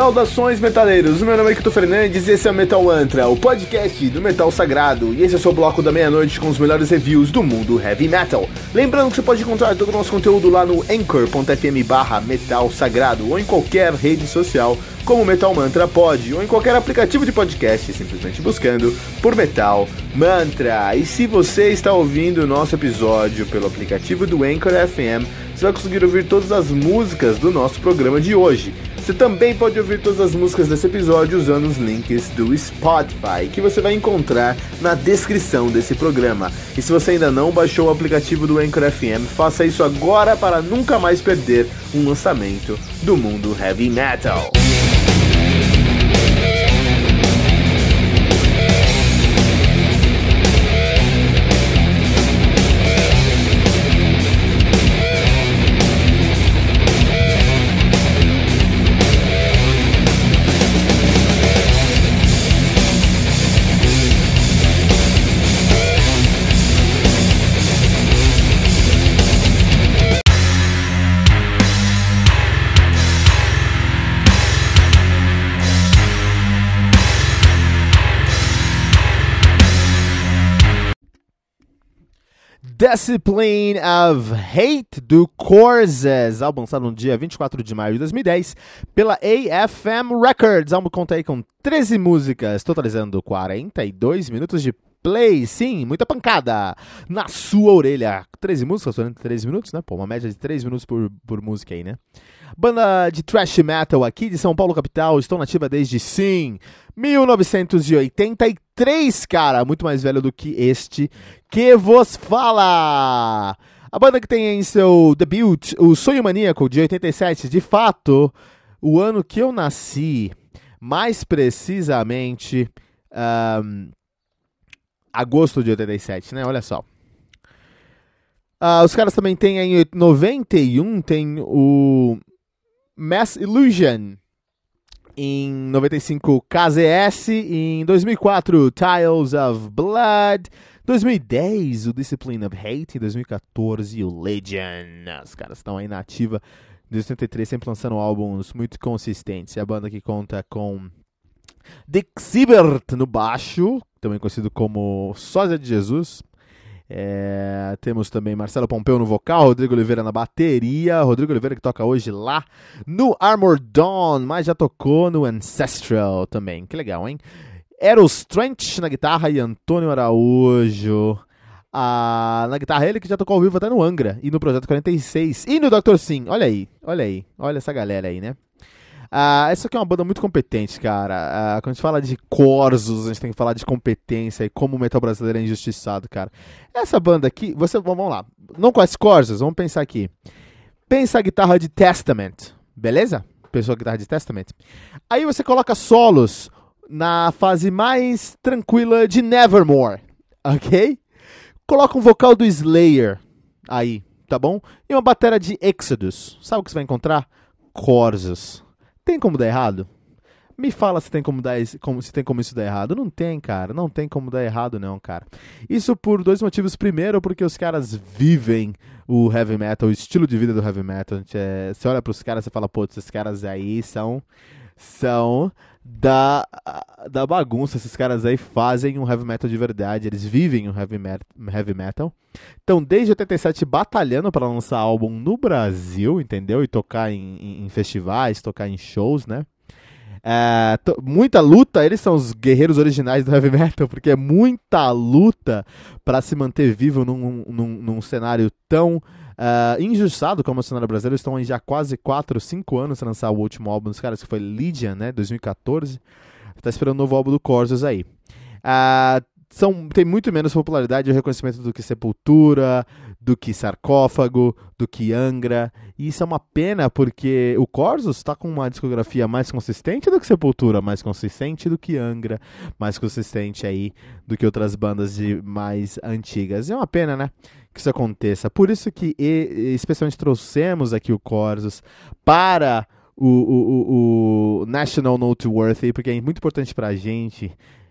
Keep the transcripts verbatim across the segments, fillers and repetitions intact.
Saudações, metaleiros! Meu nome é Kito Fernandes e esse é o Metal Mantra, o podcast do Metal Sagrado. E esse é o seu bloco da meia-noite com os melhores reviews do mundo Heavy Metal. Lembrando que você pode encontrar todo o nosso conteúdo lá no anchor.fm barra Metal Sagrado ou em qualquer rede social como Metal Mantra pode, ou em qualquer aplicativo de podcast, simplesmente buscando por Metal Mantra. E se você está ouvindo o nosso episódio pelo aplicativo do Anchor F M, você vai conseguir ouvir todas as músicas do nosso programa de hoje. Você também pode ouvir todas as músicas desse episódio usando os links do Spotify, que você vai encontrar na descrição desse programa. E se você ainda não baixou o aplicativo do Anchor F M, faça isso agora para nunca mais perder um lançamento do mundo Heavy Metal. Discipline of Hate, do Corses, álbum lançado no dia vinte e quatro de maio de dois mil e dez pela A F M Records. O álbum conta aí com treze músicas, totalizando quarenta e dois minutos de play. Sim, muita pancada na sua orelha. treze músicas, treze minutos, né? Pô, uma média de três minutos por, por música aí, né? Banda de thrash metal aqui de São Paulo, capital, estão nativa desde, sim, mil novecentos e oitenta e três, cara, muito mais velho do que este que vos fala. A banda que tem em seu debut o Sonho Maníaco, de oitenta e sete, de fato, o ano que eu nasci, mais precisamente, um, agosto de oitenta e sete, né, olha só. Uh, os caras também têm em noventa e um, tem o Mass Illusion, em noventa e cinco K Z S, em dois mil e quatro Tiles of Blood, dois mil e dez o Discipline of Hate, em dois mil e quatorze o Legion. Os caras estão aí na ativa desde oitenta e três, sempre lançando álbuns muito consistentes. É a banda que conta com Dick Siebert no baixo, também conhecido como Sósia de Jesus. É, temos também Marcelo Pompeu no vocal, Rodrigo Oliveira na bateria, Rodrigo Oliveira que toca hoje lá no Armored Dawn, mas já tocou no Ancestral também, que legal, hein? Eros Trench na guitarra e Antônio Araújo ah, na guitarra, ele que já tocou ao vivo até no Angra e no Projeto quarenta e seis e no doutor Sim, olha aí, olha aí, olha essa galera aí, né? Ah, essa aqui é uma banda muito competente, cara. Ah, quando a gente fala de Corsos, a gente tem que falar de competência e como o metal brasileiro é injustiçado, cara. Essa banda aqui, você, vamos lá, não conhece Corsos? Vamos pensar aqui. Pensa a guitarra de Testament, beleza? Pensou a guitarra de Testament? Aí você coloca solos na fase mais tranquila de Nevermore, ok? Coloca um vocal do Slayer aí, tá bom? E uma bateria de Exodus. Sabe o que você vai encontrar? Corsos. Tem como dar errado? Me fala se tem como, dar, como, se tem como isso dar errado. Não tem, cara. Não tem como dar errado, não, cara. Isso por dois motivos. Primeiro, porque os caras vivem o heavy metal, o estilo de vida do heavy metal. É, você olha pros caras e fala, pô, esses caras aí são, são da, da bagunça. Esses caras aí fazem um heavy metal de verdade. Eles vivem um heavy, met, heavy metal. Então, desde oitenta e sete, batalhando para lançar álbum no Brasil, entendeu? E tocar em, em, em festivais, tocar em shows, né? É, to, muita luta, eles são os guerreiros originais do heavy metal, porque é muita luta para se manter vivo num, num, num cenário tão uh, injustiçado como o cenário brasileiro. Eles estão aí já quase quatro, cinco anos para lançar o último álbum dos caras, que foi Legion, né? dois mil e quatorze. Tá esperando o novo álbum do Corsos aí. Uh, São, tem muito menos popularidade e reconhecimento do que Sepultura, do que Sarcófago, do que Angra. E isso é uma pena porque o Corsos está com uma discografia mais consistente do que Sepultura, mais consistente do que Angra, mais consistente aí do que outras bandas de mais antigas. E é uma pena, né, que isso aconteça. Por isso que e, especialmente trouxemos aqui o Corsos para o, o, o, o National Noteworthy, porque é muito importante pra gente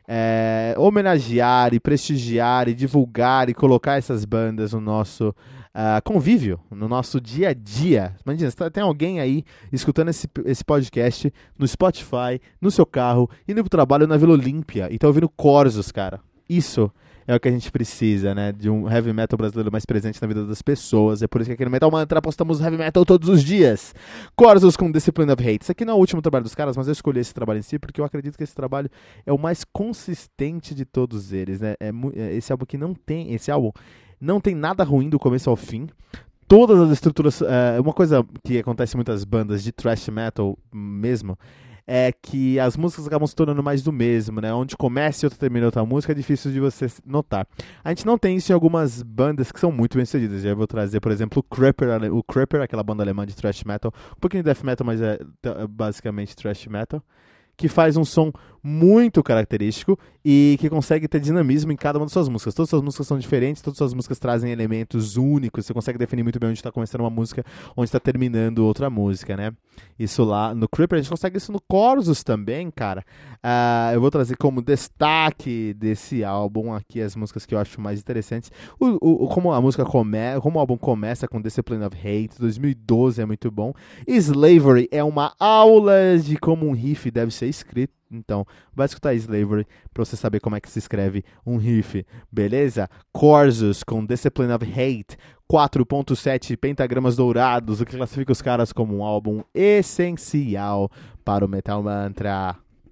é, homenagear e prestigiar e divulgar e colocar essas bandas no nosso uh, convívio, no nosso dia a dia. Imagina, tá, tem alguém aí escutando esse, esse podcast no Spotify, no seu carro, indo pro trabalho na Vila Olímpia e tá ouvindo Corsos, cara. Isso é o que a gente precisa, né? De um heavy metal brasileiro mais presente na vida das pessoas. É por isso que aqui no Metal Mantra postamos heavy metal todos os dias. Corsos com Discipline of Hate. Isso aqui não é o último trabalho dos caras, mas eu escolhi esse trabalho em si porque eu acredito que esse trabalho é o mais consistente de todos eles, né? É, é esse álbum que não tem... Esse álbum não tem nada ruim do começo ao fim. Todas as estruturas... É, uma coisa que acontece em muitas bandas de thrash metal mesmo... é que as músicas acabam se tornando mais do mesmo, né? Onde começa e outra termina outra música é difícil de você notar. A gente não tem isso em algumas bandas que são muito bem sucedidas. Já vou trazer, por exemplo, o Creeper, o Creeper, aquela banda alemã de thrash metal, um pouquinho de death metal, mas é basicamente thrash metal, que faz um som muito característico e que consegue ter dinamismo em cada uma das suas músicas. Todas as suas músicas são diferentes, todas as suas músicas trazem elementos únicos, você consegue definir muito bem onde está começando uma música, onde está terminando outra música, né? Isso lá no Creeper, a gente consegue isso no Corsos também, cara. Uh, eu vou trazer como destaque desse álbum aqui as músicas que eu acho mais interessantes. O, o, como a música come, como o álbum começa com Discipline of Hate, dois mil e doze é muito bom. Slavery é uma aula de como um riff deve ser escrito. Então, vai escutar Slavery pra você saber como é que se escreve um riff, beleza? Corsos com Discipline of Hate, quatro ponto sete pentagramas dourados, o que classifica os caras como um álbum essencial para o Metal Mantra.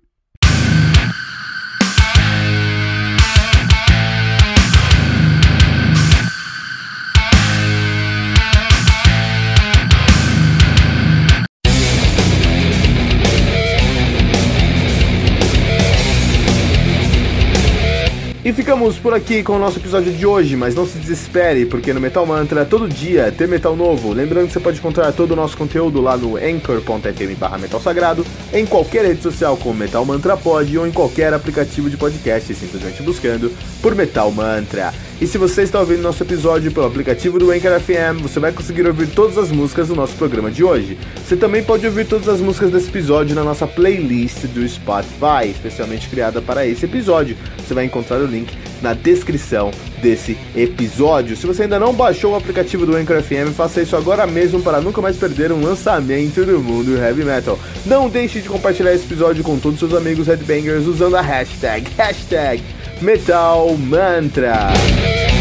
E ficamos por aqui com o nosso episódio de hoje, mas não se desespere, porque no Metal Mantra, todo dia, tem metal novo. Lembrando que você pode encontrar todo o nosso conteúdo lá no anchor ponto f m barra metal sagrado, em qualquer rede social como Metal Mantra Pod ou em qualquer aplicativo de podcast, simplesmente buscando por Metal Mantra. E se você está ouvindo nosso episódio pelo aplicativo do Anchor F M, você vai conseguir ouvir todas as músicas do nosso programa de hoje. Você também pode ouvir todas as músicas desse episódio na nossa playlist do Spotify, especialmente criada para esse episódio. Você vai encontrar o link na descrição desse episódio. Se você ainda não baixou o aplicativo do Anchor F M, faça isso agora mesmo para nunca mais perder um lançamento do mundo heavy metal. Não deixe de compartilhar esse episódio com todos os seus amigos headbangers usando a hashtag, hashtag Metal Mantra.